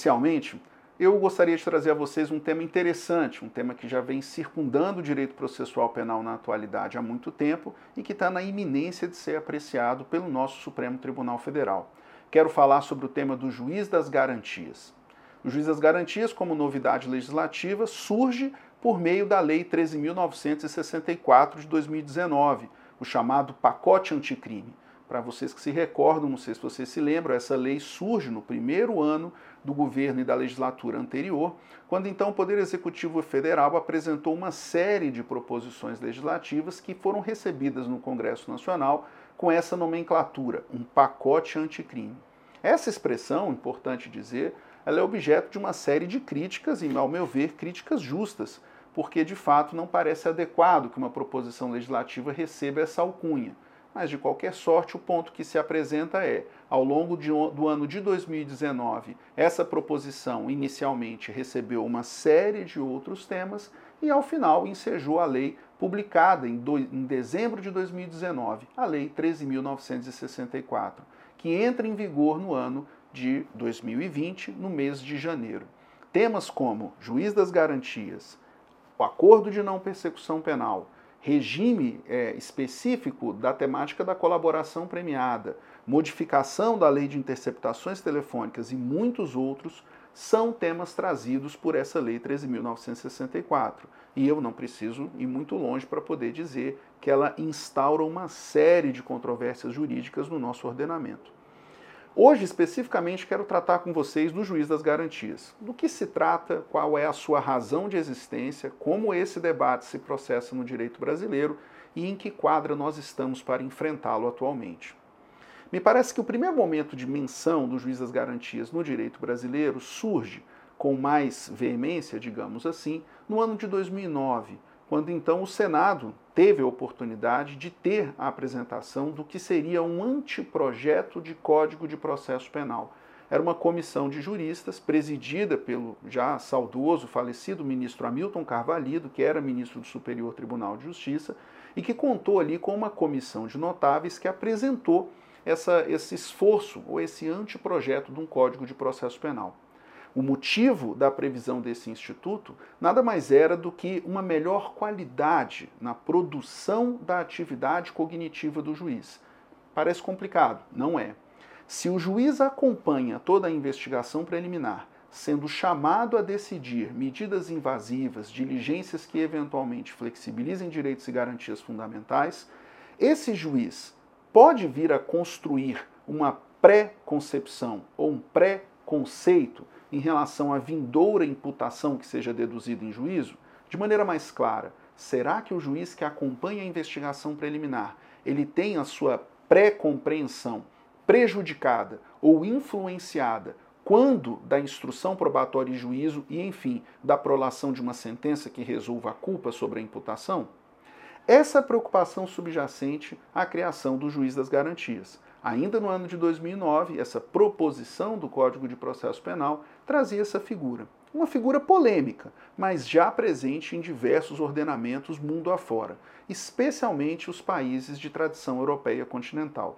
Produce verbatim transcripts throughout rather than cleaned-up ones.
Inicialmente, eu gostaria de trazer a vocês um tema interessante, um tema que já vem circundando o direito processual penal na atualidade há muito tempo e que está na iminência de ser apreciado pelo nosso Supremo Tribunal Federal. Quero falar sobre o tema do juiz das garantias. O juiz das garantias, como novidade legislativa, surge por meio da Lei treze mil novecentos e sessenta e quatro de dois mil e dezenove, o chamado pacote anticrime. Para vocês que se recordam, não sei se vocês se lembram, essa lei surge no primeiro ano do governo e da legislatura anterior, quando então o Poder Executivo Federal apresentou uma série de proposições legislativas que foram recebidas no Congresso Nacional com essa nomenclatura, um pacote anticrime. Essa expressão, importante dizer, ela é objeto de uma série de críticas e, ao meu ver, críticas justas, porque de fato não parece adequado que uma proposição legislativa receba essa alcunha. Mas, de qualquer sorte, o ponto que se apresenta é, ao longo de, do ano de dois mil e dezenove, essa proposição inicialmente recebeu uma série de outros temas e, ao final, ensejou a lei publicada em, do, em dezembro de dois mil e dezenove, a Lei treze mil novecentos e sessenta e quatro, que entra em vigor no ano de dois mil e vinte, no mês de janeiro. Temas como juiz das garantias, o acordo de não persecução penal, regime é, específico da temática da colaboração premiada, modificação da lei de interceptações telefônicas e muitos outros são temas trazidos por essa Lei treze mil novecentos e sessenta e quatro. E eu não preciso ir muito longe para poder dizer que ela instaura uma série de controvérsias jurídicas no nosso ordenamento. Hoje, especificamente, quero tratar com vocês do juiz das garantias. Do que se trata, qual é a sua razão de existência, como esse debate se processa no direito brasileiro e em que quadra nós estamos para enfrentá-lo atualmente. Me parece que o primeiro momento de menção do juiz das garantias no direito brasileiro surge com mais veemência, digamos assim, no ano de dois mil e nove, quando então o Senado teve a oportunidade de ter a apresentação do que seria um anteprojeto de Código de Processo Penal. Era uma comissão de juristas presidida pelo já saudoso, falecido ministro Hamilton Carvalho, que era ministro do Superior Tribunal de Justiça, e que contou ali com uma comissão de notáveis que apresentou essa, esse esforço, ou esse anteprojeto de um Código de Processo Penal. O motivo da previsão desse instituto nada mais era do que uma melhor qualidade na produção da atividade cognitiva do juiz. Parece complicado, não é. Se o juiz acompanha toda a investigação preliminar, sendo chamado a decidir medidas invasivas, diligências que eventualmente flexibilizem direitos e garantias fundamentais, esse juiz pode vir a construir uma pré-concepção ou um pré-conceito em relação à vindoura imputação que seja deduzida em juízo, de maneira mais clara, será que o juiz que acompanha a investigação preliminar, ele tem a sua pré-compreensão prejudicada ou influenciada quando da instrução probatória e juízo e, enfim, da prolação de uma sentença que resolva a culpa sobre a imputação? Essa preocupação subjacente à criação do juiz das garantias. Ainda no ano de dois mil e nove, essa proposição do Código de Processo Penal trazia essa figura. Uma figura polêmica, mas já presente em diversos ordenamentos mundo afora, especialmente os países de tradição europeia continental.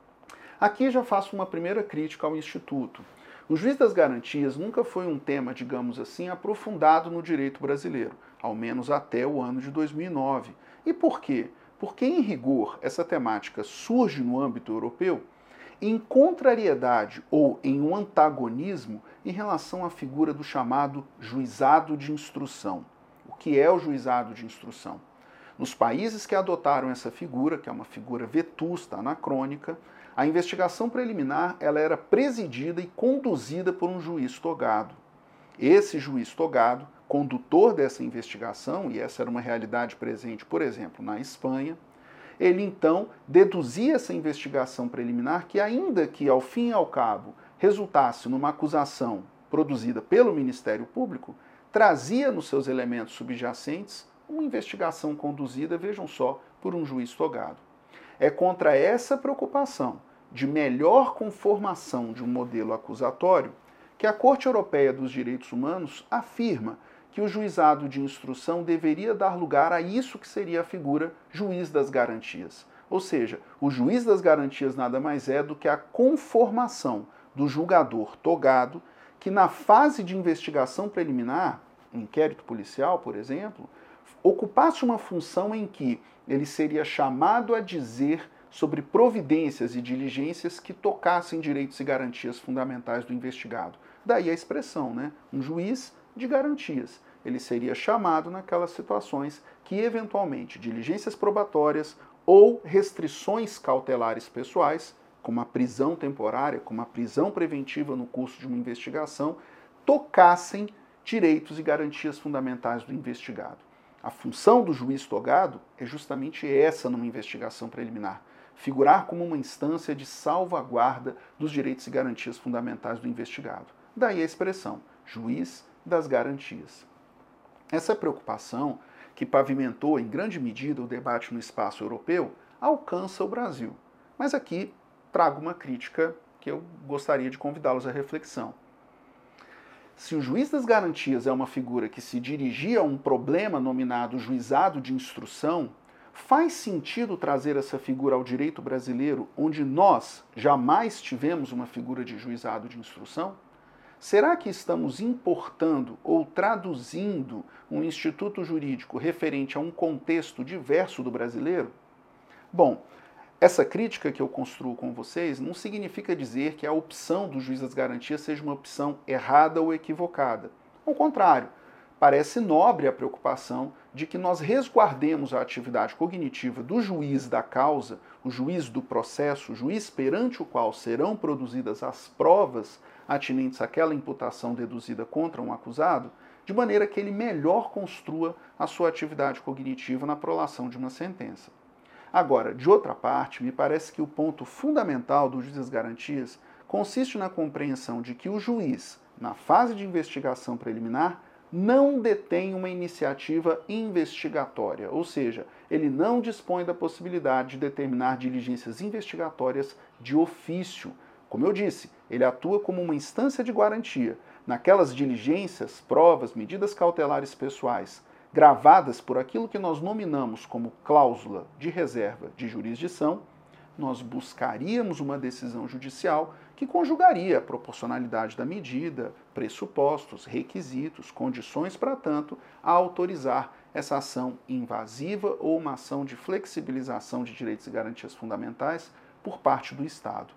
Aqui já faço uma primeira crítica ao Instituto. O juiz das garantias nunca foi um tema, digamos assim, aprofundado no direito brasileiro, ao menos até o ano de dois mil e nove. E por quê? Porque, em rigor, essa temática surge no âmbito europeu em contrariedade ou em um antagonismo em relação à figura do chamado juizado de instrução. O que é o juizado de instrução? Nos países que adotaram essa figura, que é uma figura vetusta, anacrônica, a investigação preliminar ela era presidida e conduzida por um juiz togado. Esse juiz togado, condutor dessa investigação, e essa era uma realidade presente, por exemplo, na Espanha, ele então deduzia essa investigação preliminar que, ainda que ao fim e ao cabo resultasse numa acusação produzida pelo Ministério Público, trazia nos seus elementos subjacentes uma investigação conduzida, vejam só, por um juiz togado. É contra essa preocupação de melhor conformação de um modelo acusatório que a Corte Europeia dos Direitos Humanos afirma que o juizado de instrução deveria dar lugar a isso que seria a figura juiz das garantias. Ou seja, o juiz das garantias nada mais é do que a conformação do julgador togado que na fase de investigação preliminar, um inquérito policial, por exemplo, ocupasse uma função em que ele seria chamado a dizer sobre providências e diligências que tocassem direitos e garantias fundamentais do investigado. Daí a expressão, né? Um juiz de garantias. Ele seria chamado naquelas situações que, eventualmente, diligências probatórias ou restrições cautelares pessoais, como a prisão temporária, como a prisão preventiva no curso de uma investigação, tocassem direitos e garantias fundamentais do investigado. A função do juiz togado é justamente essa numa investigação preliminar: figurar como uma instância de salvaguarda dos direitos e garantias fundamentais do investigado. Daí a expressão, juiz das garantias. Essa preocupação, que pavimentou em grande medida o debate no espaço europeu, alcança o Brasil. Mas aqui trago uma crítica que eu gostaria de convidá-los à reflexão. Se o juiz das garantias é uma figura que se dirigia a um problema nominado juizado de instrução, faz sentido trazer essa figura ao direito brasileiro, onde nós jamais tivemos uma figura de juizado de instrução? Será que estamos importando ou traduzindo um instituto jurídico referente a um contexto diverso do brasileiro? Bom, essa crítica que eu construo com vocês não significa dizer que a opção do juiz das garantias seja uma opção errada ou equivocada. Ao contrário, parece nobre a preocupação de que nós resguardemos a atividade cognitiva do juiz da causa, o juiz do processo, o juiz perante o qual serão produzidas as provas atinentes àquela imputação deduzida contra um acusado, de maneira que ele melhor construa a sua atividade cognitiva na prolação de uma sentença. Agora, de outra parte, me parece que o ponto fundamental do juiz das garantias consiste na compreensão de que o juiz, na fase de investigação preliminar, não detém uma iniciativa investigatória, ou seja, ele não dispõe da possibilidade de determinar diligências investigatórias de ofício. Como eu disse, ele atua como uma instância de garantia. Naquelas diligências, provas, medidas cautelares pessoais, gravadas por aquilo que nós nominamos como cláusula de reserva de jurisdição, nós buscaríamos uma decisão judicial que conjugaria a proporcionalidade da medida, pressupostos, requisitos, condições para tanto, a autorizar essa ação invasiva ou uma ação de flexibilização de direitos e garantias fundamentais por parte do Estado.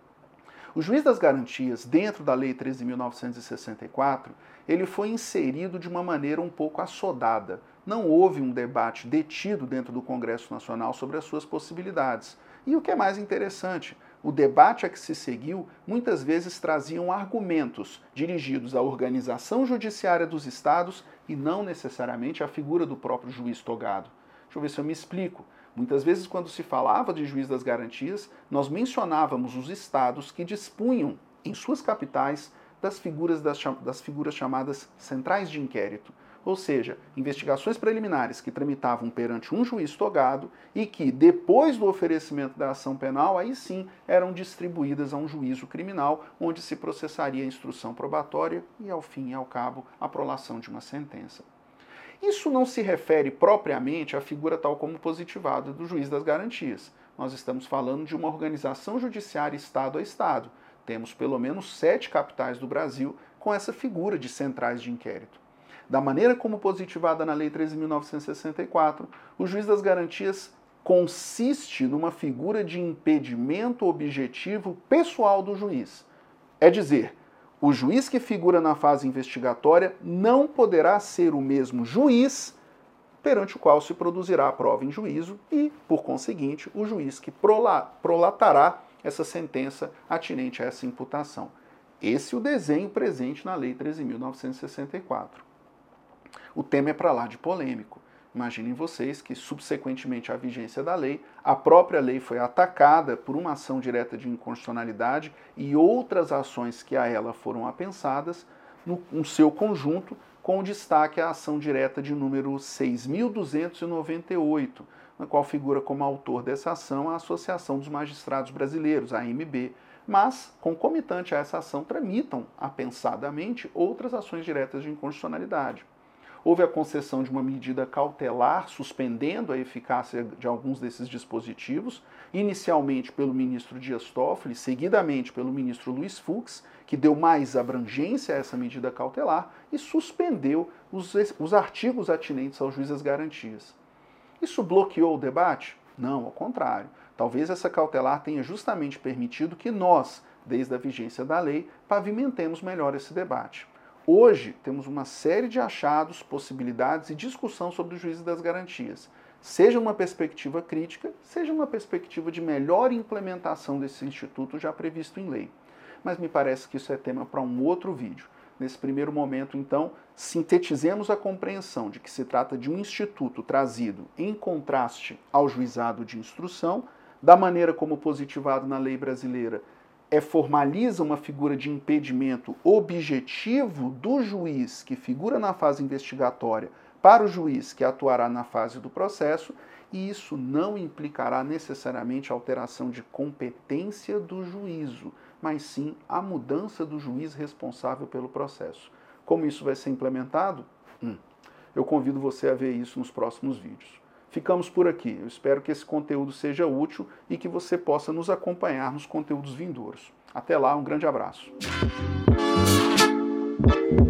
O juiz das garantias, dentro da Lei treze mil novecentos e sessenta e quatro, ele foi inserido de uma maneira um pouco assodada. Não houve um debate detido dentro do Congresso Nacional sobre as suas possibilidades. E o que é mais interessante, o debate a que se seguiu muitas vezes traziam argumentos dirigidos à organização judiciária dos estados e não necessariamente à figura do próprio juiz togado. Deixa eu ver se eu me explico. Muitas vezes, quando se falava de juiz das garantias, nós mencionávamos os estados que dispunham, em suas capitais, das figuras, das, das figuras chamadas centrais de inquérito, ou seja, investigações preliminares que tramitavam perante um juiz togado e que, depois do oferecimento da ação penal, aí sim eram distribuídas a um juízo criminal, onde se processaria a instrução probatória e, ao fim e ao cabo, a prolação de uma sentença. Isso não se refere propriamente à figura tal como positivada do juiz das garantias. Nós estamos falando de uma organização judiciária Estado a Estado. Temos pelo menos sete capitais do Brasil com essa figura de centrais de inquérito. Da maneira como positivada na Lei treze mil novecentos e sessenta e quatro, o juiz das garantias consiste numa figura de impedimento objetivo pessoal do juiz. É dizer, o juiz que figura na fase investigatória não poderá ser o mesmo juiz perante o qual se produzirá a prova em juízo e, por conseguinte, o juiz que prolatará essa sentença atinente a essa imputação. Esse é o desenho presente na Lei treze mil novecentos e sessenta e quatro. O tema é para lá de polêmico. Imaginem vocês que, subsequentemente à vigência da lei, a própria lei foi atacada por uma ação direta de inconstitucionalidade e outras ações que a ela foram apensadas no, no seu conjunto, com destaque à ação direta de número seis mil duzentos e noventa e oito, na qual figura como autor dessa ação a Associação dos Magistrados Brasileiros, a A M B, mas, concomitante a essa ação, tramitam apensadamente outras ações diretas de inconstitucionalidade. houve a concessão de uma medida cautelar suspendendo a eficácia de alguns desses dispositivos, inicialmente pelo ministro Dias Toffoli, seguidamente pelo ministro Luiz Fux, que deu mais abrangência a essa medida cautelar e suspendeu os, os artigos atinentes ao juiz das garantias. Isso bloqueou o debate? Não, ao contrário. Talvez essa cautelar tenha justamente permitido que nós, desde a vigência da lei, pavimentemos melhor esse debate. Hoje, temos uma série de achados, possibilidades e discussão sobre os juízes das garantias, seja uma perspectiva crítica, seja uma perspectiva de melhor implementação desse instituto já previsto em lei. Mas me parece que isso é tema para um outro vídeo. Nesse primeiro momento, então, sintetizemos a compreensão de que se trata de um instituto trazido em contraste ao juizado de instrução, da maneira como positivado na lei brasileira, é formaliza uma figura de impedimento objetivo do juiz que figura na fase investigatória para o juiz que atuará na fase do processo, e isso não implicará necessariamente alteração de competência do juízo, mas sim a mudança do juiz responsável pelo processo. Como isso vai ser implementado? Hum, eu convido você a ver isso nos próximos vídeos. Ficamos por aqui. Eu espero que esse conteúdo seja útil e que você possa nos acompanhar nos conteúdos vindouros. Até lá, um grande abraço.